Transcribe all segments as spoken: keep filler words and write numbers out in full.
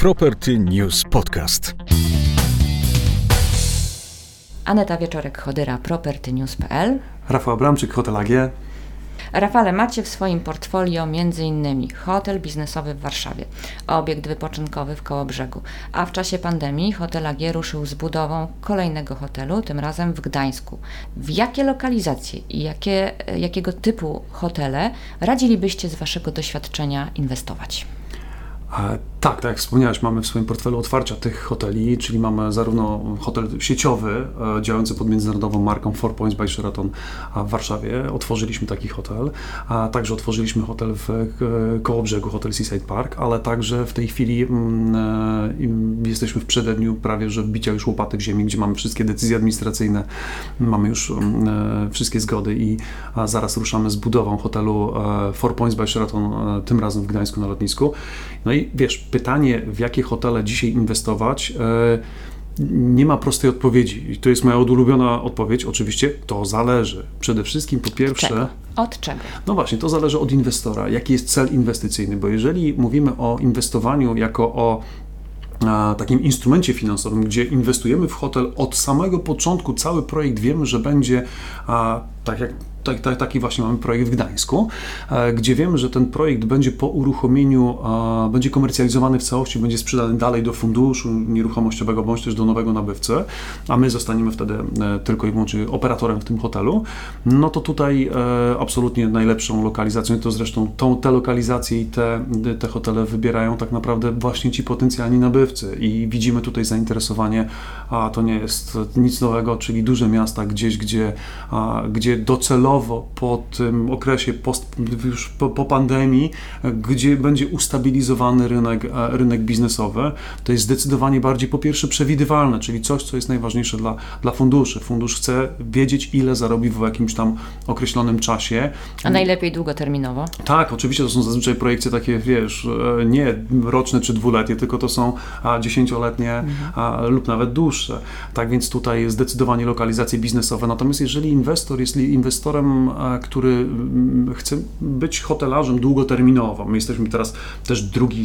Property News Podcast. Aneta Wieczorek-Chodyra, property news kropka p l. Rafał Abramczyk, Hotel A G. Rafale, macie w swoim portfolio m.in. hotel biznesowy w Warszawie, obiekt wypoczynkowy w Kołobrzegu, a w czasie pandemii Hotel A G ruszył z budową kolejnego hotelu, tym razem w Gdańsku. W jakie lokalizacje i jakie, jakiego typu hotele radzilibyście z Waszego doświadczenia inwestować? Tak, tak jak wspomniałeś, mamy w swoim portfelu otwarcia tych hoteli, czyli mamy zarówno hotel sieciowy e, działający pod międzynarodową marką Four Points by Sheraton w Warszawie. Otworzyliśmy taki hotel, a także otworzyliśmy hotel w e, Kołobrzegu, hotel Seaside Park, ale także w tej chwili mm, e, jesteśmy w przededniu prawie, że wbicia już łopatek ziemi, gdzie mamy wszystkie decyzje administracyjne, mamy już e, wszystkie zgody i a zaraz ruszamy z budową hotelu e, Four Points by Sheraton, e, tym razem w Gdańsku na lotnisku. No i wiesz, pytanie, w jakie hotele dzisiaj inwestować, e, nie ma prostej odpowiedzi. I to jest moja ulubiona odpowiedź. Oczywiście to zależy. Przede wszystkim po pierwsze... Czego? Od czego? No właśnie, to zależy od inwestora. Jaki jest cel inwestycyjny? Bo jeżeli mówimy o inwestowaniu jako o a, takim instrumencie finansowym, gdzie inwestujemy w hotel od samego początku, cały projekt wiemy, że będzie a, tak jak Tak, tak, taki właśnie mamy projekt w Gdańsku, e, gdzie wiemy, że ten projekt będzie po uruchomieniu, e, będzie komercjalizowany w całości, będzie sprzedany dalej do funduszu nieruchomościowego bądź też do nowego nabywcy, a my zostaniemy wtedy e, tylko i wyłącznie operatorem w tym hotelu, no to tutaj e, absolutnie najlepszą lokalizacją, to zresztą tą, te lokalizacje i te, te hotele wybierają tak naprawdę właśnie ci potencjalni nabywcy i widzimy tutaj zainteresowanie, a to nie jest nic nowego, czyli duże miasta gdzieś, gdzie, a, gdzie docelowo po tym okresie post, już po, po pandemii, gdzie będzie ustabilizowany rynek, rynek biznesowy, to jest zdecydowanie bardziej po pierwsze przewidywalne, czyli coś, co jest najważniejsze dla, dla funduszy. Fundusz chce wiedzieć, ile zarobi w jakimś tam określonym czasie. A najlepiej długoterminowo? Tak, oczywiście to są zazwyczaj projekcje takie, wiesz, nie roczne czy dwuletnie, tylko to są dziesięcioletnie mhm. a, lub nawet dłuższe. Tak więc tutaj zdecydowanie lokalizacje biznesowe. Natomiast jeżeli inwestor jest inwestorem, który chce być hotelarzem długoterminowo. My jesteśmy teraz też drugi,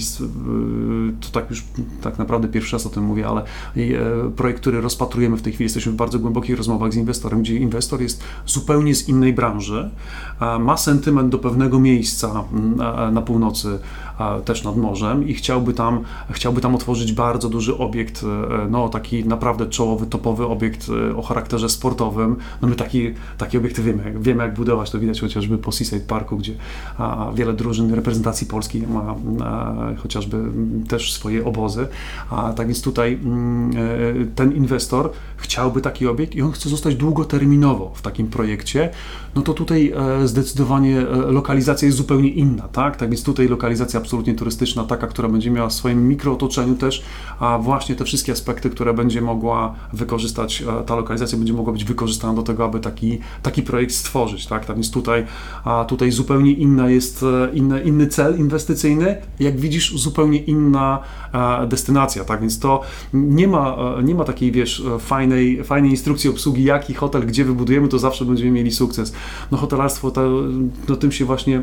to tak już tak naprawdę pierwszy raz o tym mówię, ale projekt, który rozpatrujemy w tej chwili, jesteśmy w bardzo głębokich rozmowach z inwestorem, gdzie inwestor jest zupełnie z innej branży, ma sentyment do pewnego miejsca na północy, też nad morzem i chciałby tam, chciałby tam otworzyć bardzo duży obiekt, no taki naprawdę czołowy, topowy obiekt o charakterze sportowym. No my taki, taki obiekty wiemy, wiemy jak budować, to widać chociażby po Seaside Parku, gdzie a, wiele drużyn reprezentacji Polski ma a, chociażby też swoje obozy, a tak więc tutaj m, ten inwestor chciałby taki obiekt i on chce zostać długoterminowo w takim projekcie, no to tutaj e, zdecydowanie e, lokalizacja jest zupełnie inna, tak? Tak więc tutaj lokalizacja absolutnie turystyczna, taka, która będzie miała w swoim mikrootoczeniu też, a właśnie te wszystkie aspekty, które będzie mogła wykorzystać, ta lokalizacja będzie mogła być wykorzystana do tego, aby taki, taki projekt stworzyć, tak? Tak więc tutaj, a tutaj zupełnie inna jest, inny, inny cel inwestycyjny, jak widzisz, zupełnie inna a, destynacja, tak? Więc to nie ma, nie ma takiej, wiesz, fajnej, fajnej instrukcji obsługi, jaki hotel, gdzie wybudujemy, to zawsze będziemy mieli sukces. No hotelarstwo, to, no tym się właśnie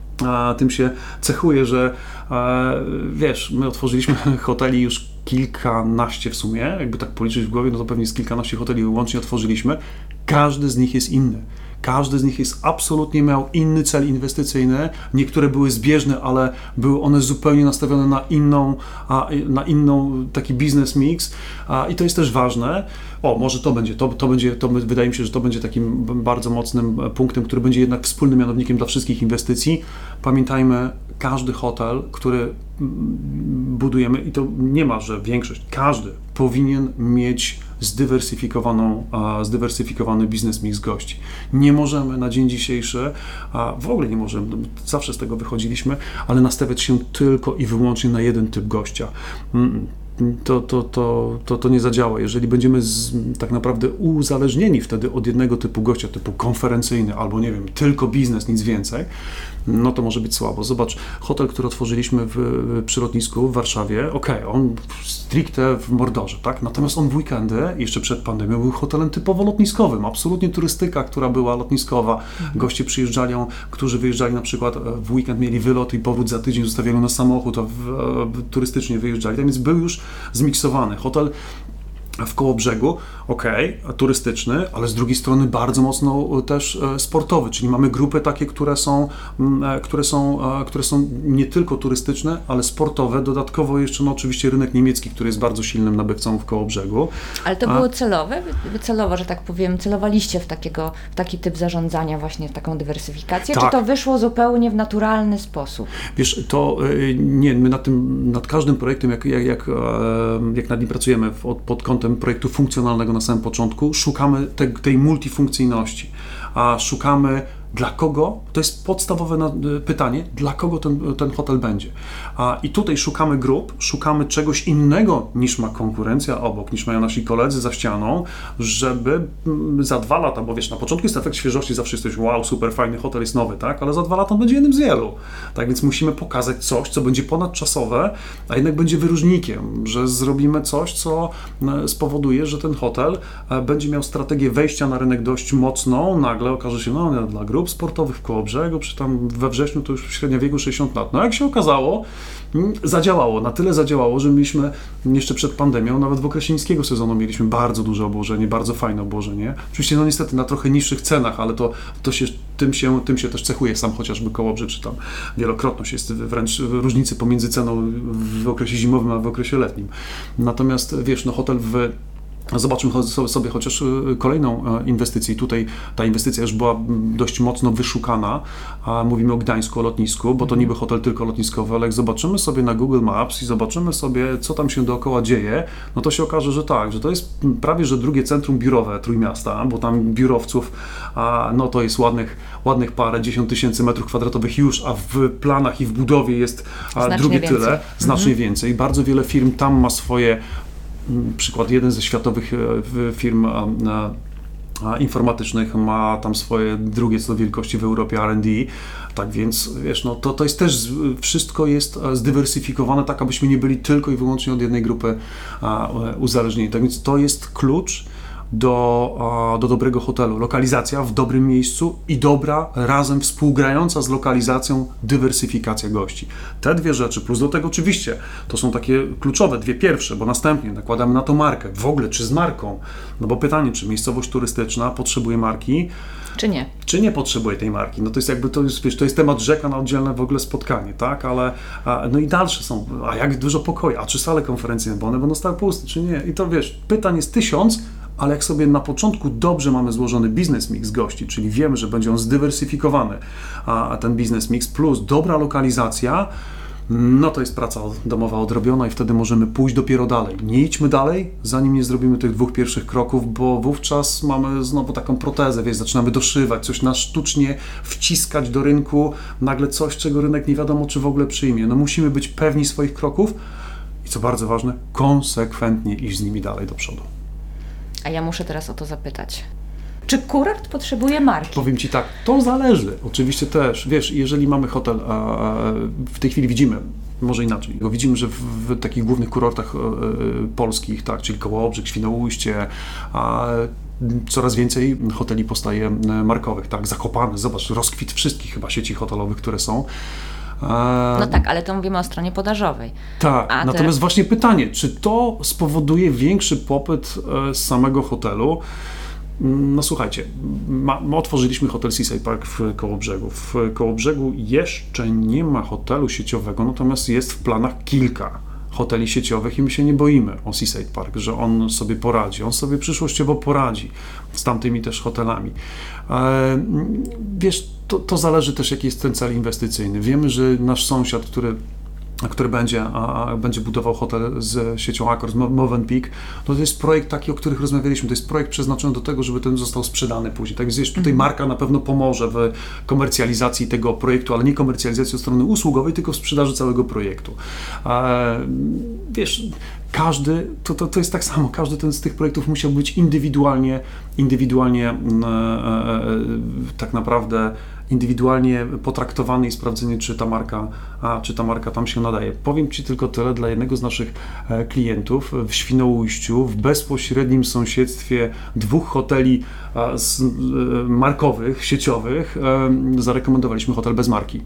A, tym się cechuje, że a, wiesz, my otworzyliśmy hoteli już kilkanaście w sumie, jakby tak policzyć w głowie, no to pewnie z kilkanaście hoteli łącznie otworzyliśmy. Każdy z nich jest inny. Każdy z nich jest absolutnie miał inny cel inwestycyjny. Niektóre były zbieżne, ale były one zupełnie nastawione na inną, na inną taki business mix i to jest też ważne. O, może to będzie, to, to będzie, to wydaje mi się, że to będzie takim bardzo mocnym punktem, który będzie jednak wspólnym mianownikiem dla wszystkich inwestycji. Pamiętajmy, każdy hotel, który budujemy, i to nie ma, że większość, każdy powinien mieć zdywersyfikowaną, zdywersyfikowany biznes mix gości. Nie możemy na dzień dzisiejszy, w ogóle nie możemy, zawsze z tego wychodziliśmy, ale nastawiać się tylko i wyłącznie na jeden typ gościa. to, to, to, to, to nie zadziała. Jeżeli będziemy z, tak naprawdę uzależnieni wtedy od jednego typu gościa, typu konferencyjny, albo nie wiem, tylko biznes, nic więcej, no to może być słabo. Zobacz, hotel, który otworzyliśmy w, przy lotnisku w Warszawie, okej, okay, on stricte w Mordorze, tak? Natomiast on w weekendy, jeszcze przed pandemią, był hotelem typowo lotniskowym. Absolutnie turystyka, która była lotniskowa. Mhm. Goście przyjeżdżali, którzy wyjeżdżali na przykład w weekend, mieli wylot i powrót za tydzień, zostawiali na samochód, a w, w, turystycznie wyjeżdżali. Tak więc był już zmiksowany. Hotel w Kołobrzegu, okej, okay, turystyczny, ale z drugiej strony bardzo mocno też sportowy, czyli mamy grupy takie, które są, które są, które są nie tylko turystyczne, ale sportowe. Dodatkowo jeszcze no, oczywiście rynek niemiecki, który jest bardzo silnym nabywcą w Kołobrzegu. Ale to było celowe? Wy celowo, że tak powiem, celowaliście w, takiego, w taki typ zarządzania, właśnie w taką dywersyfikację, tak. Czy to wyszło zupełnie w naturalny sposób? Wiesz, to nie, my nad tym, nad każdym projektem, jak, jak, jak, jak nad nim pracujemy pod kątem projektu funkcjonalnego na samym początku, szukamy te, tej multifunkcyjności, a szukamy dla kogo, to jest podstawowe pytanie, dla kogo ten, ten hotel będzie. A, I tutaj szukamy grup, szukamy czegoś innego niż ma konkurencja obok, niż mają nasi koledzy za ścianą, żeby za dwa lata, bo wiesz, na początku jest efekt świeżości, zawsze jesteś wow, super fajny hotel jest nowy, tak? Ale za dwa lata on będzie jednym z wielu. Tak więc musimy pokazać coś, co będzie ponadczasowe, a jednak będzie wyróżnikiem, że zrobimy coś, co spowoduje, że ten hotel będzie miał strategię wejścia na rynek dość mocną, nagle okaże się, no dla grup sportowych w Kołobrzegu, przy tam we wrześniu to już średnia wieku sześćdziesiąt lat. No jak się okazało, zadziałało, na tyle zadziałało, że mieliśmy jeszcze przed pandemią, nawet w okresie niskiego sezonu mieliśmy bardzo duże obłożenie, bardzo fajne obłożenie. Oczywiście no niestety na trochę niższych cenach, ale to, to się, tym, się, tym się też cechuje sam chociażby Kołobrzeg, czy tam wielokrotność jest wręcz różnicy pomiędzy ceną w okresie zimowym, a w okresie letnim. Natomiast wiesz, no hotel w Zobaczmy sobie chociaż kolejną inwestycję. Tutaj ta inwestycja już była dość mocno wyszukana, a mówimy o Gdańsku, o lotnisku, bo to niby hotel tylko lotniskowy, ale jak zobaczymy sobie na Google Maps i zobaczymy sobie, co tam się dookoła dzieje, no to się okaże, że tak, że to jest prawie, że drugie centrum biurowe Trójmiasta, bo tam biurowców, a no to jest ładnych, ładnych parę, dziesiąt tysięcy metrów kwadratowych już, a w planach i w budowie jest a drugie więcej. Tyle, znacznie mhm. więcej. Bardzo wiele firm tam ma swoje, przykład jeden ze światowych firm informatycznych ma tam swoje drugie co do wielkości w Europie R and D, tak więc wiesz, no to, to jest też, wszystko jest zdywersyfikowane tak, abyśmy nie byli tylko i wyłącznie od jednej grupy uzależnieni, tak więc to jest klucz do, do dobrego hotelu. Lokalizacja w dobrym miejscu i dobra, razem współgrająca z lokalizacją dywersyfikacja gości. Te dwie rzeczy, plus do tego oczywiście, to są takie kluczowe, dwie pierwsze, bo następnie nakładamy na to markę. W ogóle, czy z marką? No bo pytanie, czy miejscowość turystyczna potrzebuje marki? Czy nie? Czy nie potrzebuje tej marki? No to jest jakby, to jest, wiesz, to jest temat rzeka na oddzielne w ogóle spotkanie, tak? Ale, a, no i dalsze są, a jak dużo pokoju? A czy sale konferencyjne, bo one będą stały puste, czy nie? I to wiesz, pytań jest tysiąc, ale jak sobie na początku dobrze mamy złożony biznes mix gości, czyli wiemy, że będzie on zdywersyfikowany, a ten biznes mix plus dobra lokalizacja, no to jest praca domowa odrobiona i wtedy możemy pójść dopiero dalej. Nie idźmy dalej, zanim nie zrobimy tych dwóch pierwszych kroków, bo wówczas mamy znowu taką protezę, wiesz, zaczynamy doszywać, coś na sztucznie wciskać do rynku, nagle coś, czego rynek nie wiadomo, czy w ogóle przyjmie. No musimy być pewni swoich kroków i co bardzo ważne, konsekwentnie iść z nimi dalej do przodu. A ja muszę teraz o to zapytać. Czy kurort potrzebuje marki? Powiem Ci tak, to zależy. Oczywiście też, wiesz, jeżeli mamy hotel, a w tej chwili widzimy, może inaczej, bo widzimy, że w, w takich głównych kurortach e, polskich, tak, czyli Kołobrzeg, Świnoujście, a coraz więcej hoteli powstaje markowych, tak, Zakopane, zobacz, rozkwit wszystkich chyba sieci hotelowych, które są. No tak, ale to mówimy o stronie podażowej. Tak, A natomiast teraz... właśnie pytanie, czy to spowoduje większy popyt z samego hotelu? No słuchajcie, ma, my otworzyliśmy hotel Seaside Park w Kołobrzegu. W Kołobrzegu jeszcze nie ma hotelu sieciowego, natomiast jest w planach kilka hoteli sieciowych i my się nie boimy o Seaside Park, że on sobie poradzi, on sobie przyszłościowo poradzi z tamtymi też hotelami. E, wiesz, to, to zależy też, jaki jest ten cel inwestycyjny. Wiemy, że nasz sąsiad, który który będzie, a, będzie budował hotel z siecią Accor, z Movenpick, no to jest projekt taki, o których rozmawialiśmy, to jest projekt przeznaczony do tego, żeby ten został sprzedany później. Tak więc wiesz, tutaj marka na pewno pomoże w komercjalizacji tego projektu, ale nie komercjalizacji od strony usługowej, tylko w sprzedaży całego projektu. E, wiesz, każdy, to, to, to jest tak samo, każdy ten z tych projektów musiał być indywidualnie, indywidualnie e, e, tak naprawdę indywidualnie potraktowany i sprawdzenie, czy ta marka, a, czy ta marka tam się nadaje. Powiem Ci tylko tyle, dla jednego z naszych e, klientów w Świnoujściu, w bezpośrednim sąsiedztwie dwóch hoteli a, z, e, markowych, sieciowych, e, zarekomendowaliśmy hotel bez marki.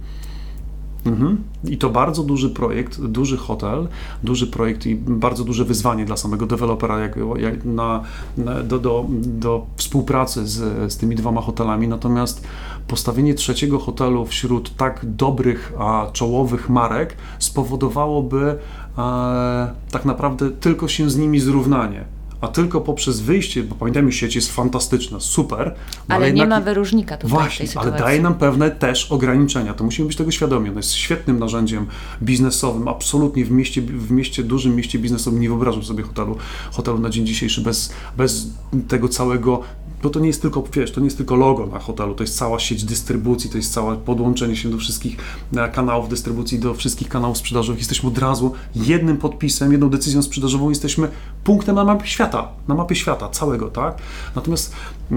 Mhm. I to bardzo duży projekt, duży hotel, duży projekt i bardzo duże wyzwanie dla samego dewelopera jak, jak na, na, do, do, do współpracy z, z tymi dwoma hotelami. Natomiast postawienie trzeciego hotelu wśród tak dobrych, a, czołowych marek spowodowałoby a, tak naprawdę tylko się z nimi zrównanie. A tylko poprzez wyjście, bo pamiętajmy, sieć jest fantastyczna, super. Ale, ale nie ma wyróżnika tutaj właśnie, w tej sytuacji. Ale daje nam pewne też ograniczenia, to musimy być tego świadomi. Ono jest świetnym narzędziem biznesowym, absolutnie w mieście, w mieście, dużym mieście biznesowym. Nie wyobrażam sobie hotelu, hotelu na dzień dzisiejszy bez, bez tego całego, bo to nie jest tylko, wiesz, to nie jest tylko logo na hotelu, to jest cała sieć dystrybucji, to jest całe podłączenie się do wszystkich kanałów dystrybucji, do wszystkich kanałów sprzedażowych. Jesteśmy od razu jednym podpisem, jedną decyzją sprzedażową, jesteśmy punktem na mapie świata, na mapie świata całego, tak? Natomiast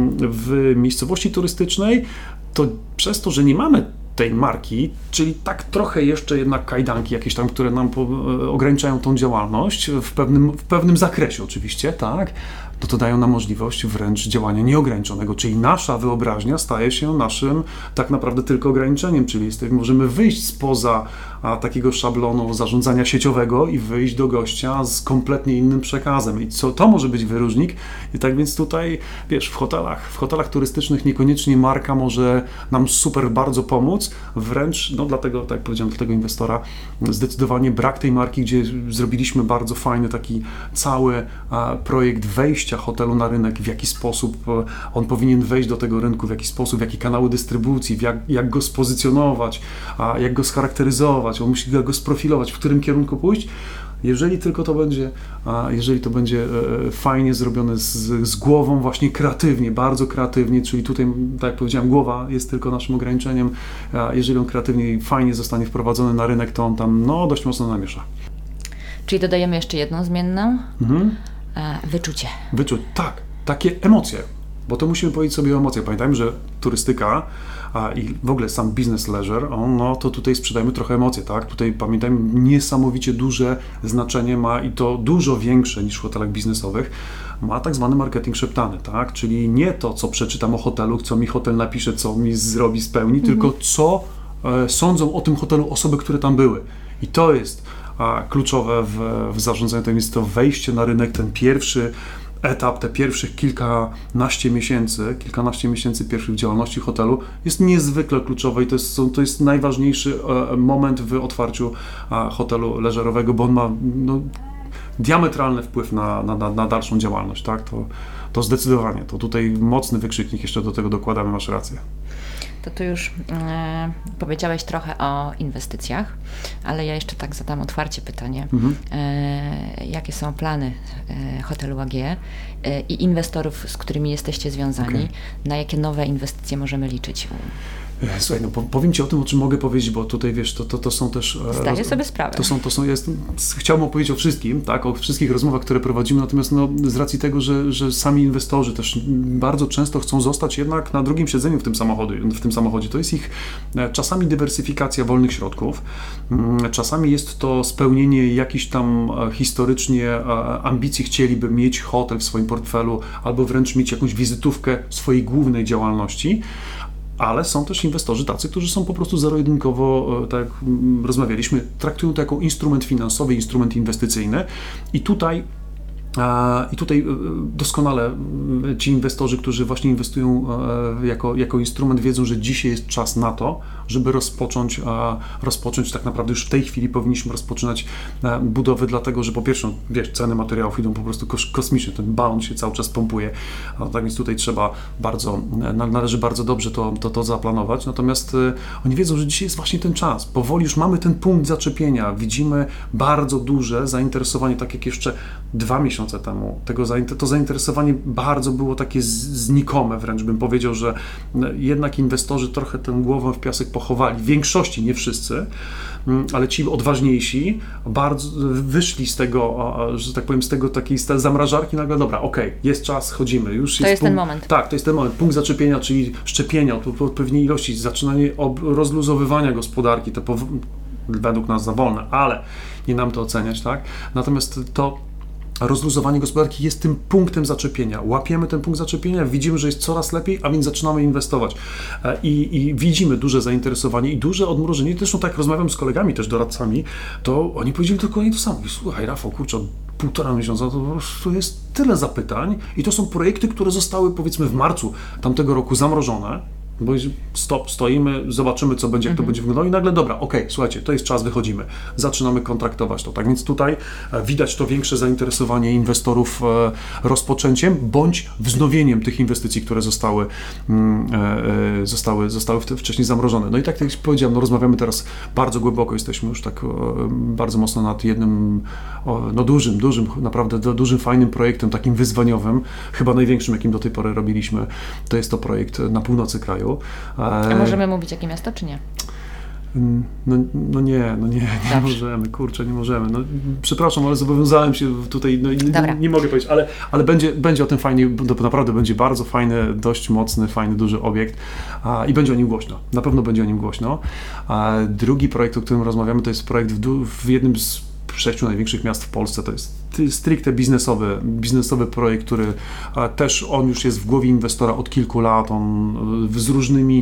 w miejscowości turystycznej to przez to, że nie mamy tej marki, czyli tak trochę jeszcze jednak kajdanki jakieś tam, które nam po, ograniczają tą działalność w pewnym, w pewnym zakresie oczywiście, tak? No to dają nam możliwość wręcz działania nieograniczonego, czyli nasza wyobraźnia staje się naszym tak naprawdę tylko ograniczeniem, czyli jest, możemy wyjść spoza a, takiego szablonu zarządzania sieciowego i wyjść do gościa z kompletnie innym przekazem. I co to może być wyróżnik? I tak więc tutaj, wiesz, w hotelach, w hotelach turystycznych niekoniecznie marka może nam super bardzo pomóc, wręcz, no dlatego, tak jak powiedziałem, dla tego inwestora zdecydowanie brak tej marki, gdzie zrobiliśmy bardzo fajny taki cały a, projekt wejścia hotelu na rynek, w jaki sposób on powinien wejść do tego rynku, w jaki sposób, jakie kanały dystrybucji, jak, jak go spozycjonować, a jak go scharakteryzować, on musi go sprofilować, w którym kierunku pójść. Jeżeli tylko to będzie, a jeżeli to będzie e, fajnie zrobione z, z głową, właśnie kreatywnie, bardzo kreatywnie, czyli tutaj, tak jak powiedziałem, głowa jest tylko naszym ograniczeniem, a jeżeli on kreatywnie i fajnie zostanie wprowadzony na rynek, to on tam no dość mocno namiesza. Czyli dodajemy jeszcze jedną zmienną. Mhm. Wyczucie. Wyczuć, tak, takie emocje, bo to musimy powiedzieć sobie o emocjach. Pamiętajmy, że turystyka a, i w ogóle sam business leisure, on, no to tutaj sprzedajemy trochę emocje, tak? Tutaj pamiętajmy, niesamowicie duże znaczenie ma i to dużo większe niż w hotelach biznesowych, ma tak zwany marketing szeptany, tak? Czyli nie to, co przeczytam o hotelu, co mi hotel napisze, co mi zrobi, spełni, mhm. tylko co e, sądzą o tym hotelu osoby, które tam były. I to jest a kluczowe w, w zarządzaniu, to jest to wejście na rynek, ten pierwszy etap, te pierwszych kilkanaście miesięcy, kilkanaście miesięcy pierwszych działalności hotelu jest niezwykle kluczowe i to jest, to jest najważniejszy moment w otwarciu hotelu leżerowego, bo on ma no, diametralny wpływ na, na, na dalszą działalność, tak? To, to zdecydowanie, to tutaj mocny wykrzyknik jeszcze do tego dokładamy, masz rację. To tu już e, powiedziałeś trochę o inwestycjach, ale ja jeszcze tak zadam otwarcie pytanie. Mhm. E, jakie są plany e, hotelu A G e, i inwestorów, z którymi jesteście związani? Okay. Na jakie nowe inwestycje możemy liczyć? Słuchaj, no powiem Ci o tym, o czym mogę powiedzieć, bo tutaj wiesz, to, to, to są też... Zdaję sobie sprawę. To są, to są, jest, chciałbym opowiedzieć o wszystkim, tak, o wszystkich rozmowach, które prowadzimy, natomiast no, z racji tego, że, że sami inwestorzy też bardzo często chcą zostać jednak na drugim siedzeniu w tym samochodzie, w tym samochodzie. To jest ich czasami dywersyfikacja wolnych środków, czasami jest to spełnienie jakichś tam historycznie ambicji, chcieliby mieć hotel w swoim portfelu albo wręcz mieć jakąś wizytówkę swojej głównej działalności. Ale są też inwestorzy tacy, którzy są po prostu zero-jedynkowo, tak jak rozmawialiśmy, traktują to jako instrument finansowy, instrument inwestycyjny i tutaj I tutaj doskonale ci inwestorzy, którzy właśnie inwestują jako, jako instrument, wiedzą, że dzisiaj jest czas na to, żeby rozpocząć, rozpocząć tak naprawdę już w tej chwili powinniśmy rozpoczynać budowę, dlatego że po pierwsze, wiesz, ceny materiałów idą po prostu kosmicznie, ten balon się cały czas pompuje, tak więc tutaj trzeba bardzo, należy bardzo dobrze to, to, to zaplanować, natomiast oni wiedzą, że dzisiaj jest właśnie ten czas, powoli już mamy ten punkt zaczepienia, widzimy bardzo duże zainteresowanie, tak jak jeszcze dwa miesiące temu. Tego, to zainteresowanie bardzo było takie znikome, wręcz bym powiedział, że jednak inwestorzy trochę tę głowę w piasek pochowali, w większości, nie wszyscy. ale ci odważniejsi bardzo wyszli z tego, że tak powiem, z tego takiej zamrażarki, nagle dobra, okej, okay, jest czas, chodzimy. Już to jest jest punkt, ten moment. Tak, to jest ten moment. Punkt zaczepienia, czyli szczepienia od pewnej ilości, zaczynanie rozluzowywania gospodarki, te pow- według nas za wolne, ale nie nam to oceniać, tak? Natomiast to rozluzowanie gospodarki jest tym punktem zaczepienia. Łapiemy ten punkt zaczepienia, widzimy, że jest coraz lepiej, a więc zaczynamy inwestować. I, i widzimy duże zainteresowanie i duże odmrożenie. Zresztą tak rozmawiam z kolegami, też doradcami, to oni powiedzieli dokładnie to samo. Słuchaj, Rafał, kurczę, od półtora miesiąca to po prostu jest tyle zapytań i to są projekty, które zostały, powiedzmy, w marcu tamtego roku zamrożone. Bo stop, stoimy, zobaczymy, co będzie, jak to Mhm. będzie wyglądało i nagle, dobra, okej, okay, słuchajcie, to jest czas, wychodzimy, zaczynamy kontraktować to. Tak więc tutaj e, widać to większe zainteresowanie inwestorów e, rozpoczęciem bądź wznowieniem tych inwestycji, które zostały, mm, e, zostały, zostały wcześniej zamrożone. No i tak jak powiedziałem, no rozmawiamy teraz bardzo głęboko, jesteśmy już tak e, bardzo mocno nad jednym, o, no dużym, dużym, naprawdę do, dużym, fajnym projektem, takim wyzwaniowym, chyba największym, jakim do tej pory robiliśmy. To jest to projekt na północy kraju. A możemy mówić, jakie miasto, czy nie? No, no nie, no nie, nie możemy, kurczę, nie możemy. No, przepraszam, ale zobowiązałem się tutaj, no, nie, nie mogę powiedzieć, ale, ale będzie, będzie o tym fajnie, to naprawdę będzie bardzo fajny, dość mocny, fajny, duży obiekt a, i będzie o nim głośno, na pewno będzie o nim głośno. A drugi projekt, o którym rozmawiamy, to jest projekt w, du- w jednym z sześciu największych miast w Polsce, to jest stricte biznesowy, biznesowy projekt, który a, też on już jest w głowie inwestora od kilku lat, on z różnymi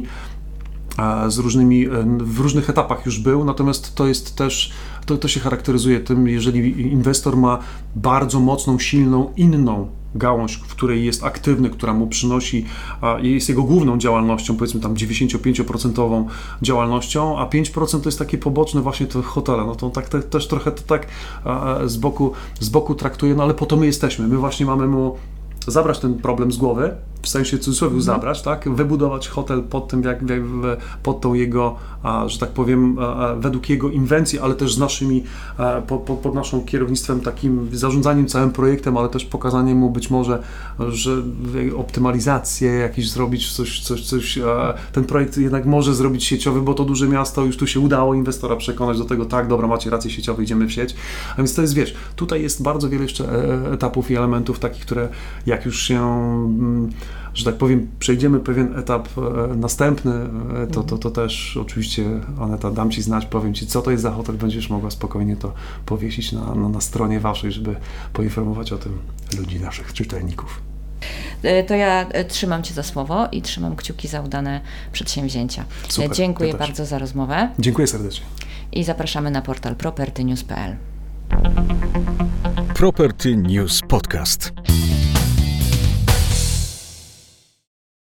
z różnymi, w różnych etapach już był, natomiast to jest też, to, to się charakteryzuje tym, jeżeli inwestor ma bardzo mocną, silną, inną gałąź, w której jest aktywny, która mu przynosi, jest jego główną działalnością, powiedzmy tam dziewięćdziesiąt pięć procent działalnością, a pięć procent to jest takie poboczne właśnie te hotele, no to tak te, też trochę to tak z boku, z boku traktuje, no ale po to my jesteśmy, my właśnie mamy mu zabrać ten problem z głowy, w sensie cudzysłowie mm. zabrać, tak, wybudować hotel pod tym, jak, jak pod tą jego, a, że tak powiem, a, według jego inwencji, ale też z naszymi, a, po, po, pod naszym kierownictwem, takim zarządzaniem całym projektem, ale też pokazaniem mu być może, że optymalizację jakieś zrobić, coś, coś, coś, a, ten projekt jednak może zrobić sieciowy, bo to duże miasto, już tu się udało inwestora przekonać do tego, tak, dobra, macie rację sieciowe, idziemy w sieć, a więc to jest, wiesz, tutaj jest bardzo wiele jeszcze etapów i elementów takich, które jak już się, że tak powiem, przejdziemy pewien etap następny, to, to, to też oczywiście, Aneta, dam Ci znać, powiem Ci, co to jest za hotel, będziesz mogła spokojnie to powiesić na, na, na stronie Waszej, żeby poinformować o tym ludzi, naszych czytelników. To ja trzymam Cię za słowo i trzymam kciuki za udane przedsięwzięcia. Super, dziękuję ja bardzo za rozmowę. Dziękuję serdecznie. I zapraszamy na portal property news kropka p l. Property News Podcast.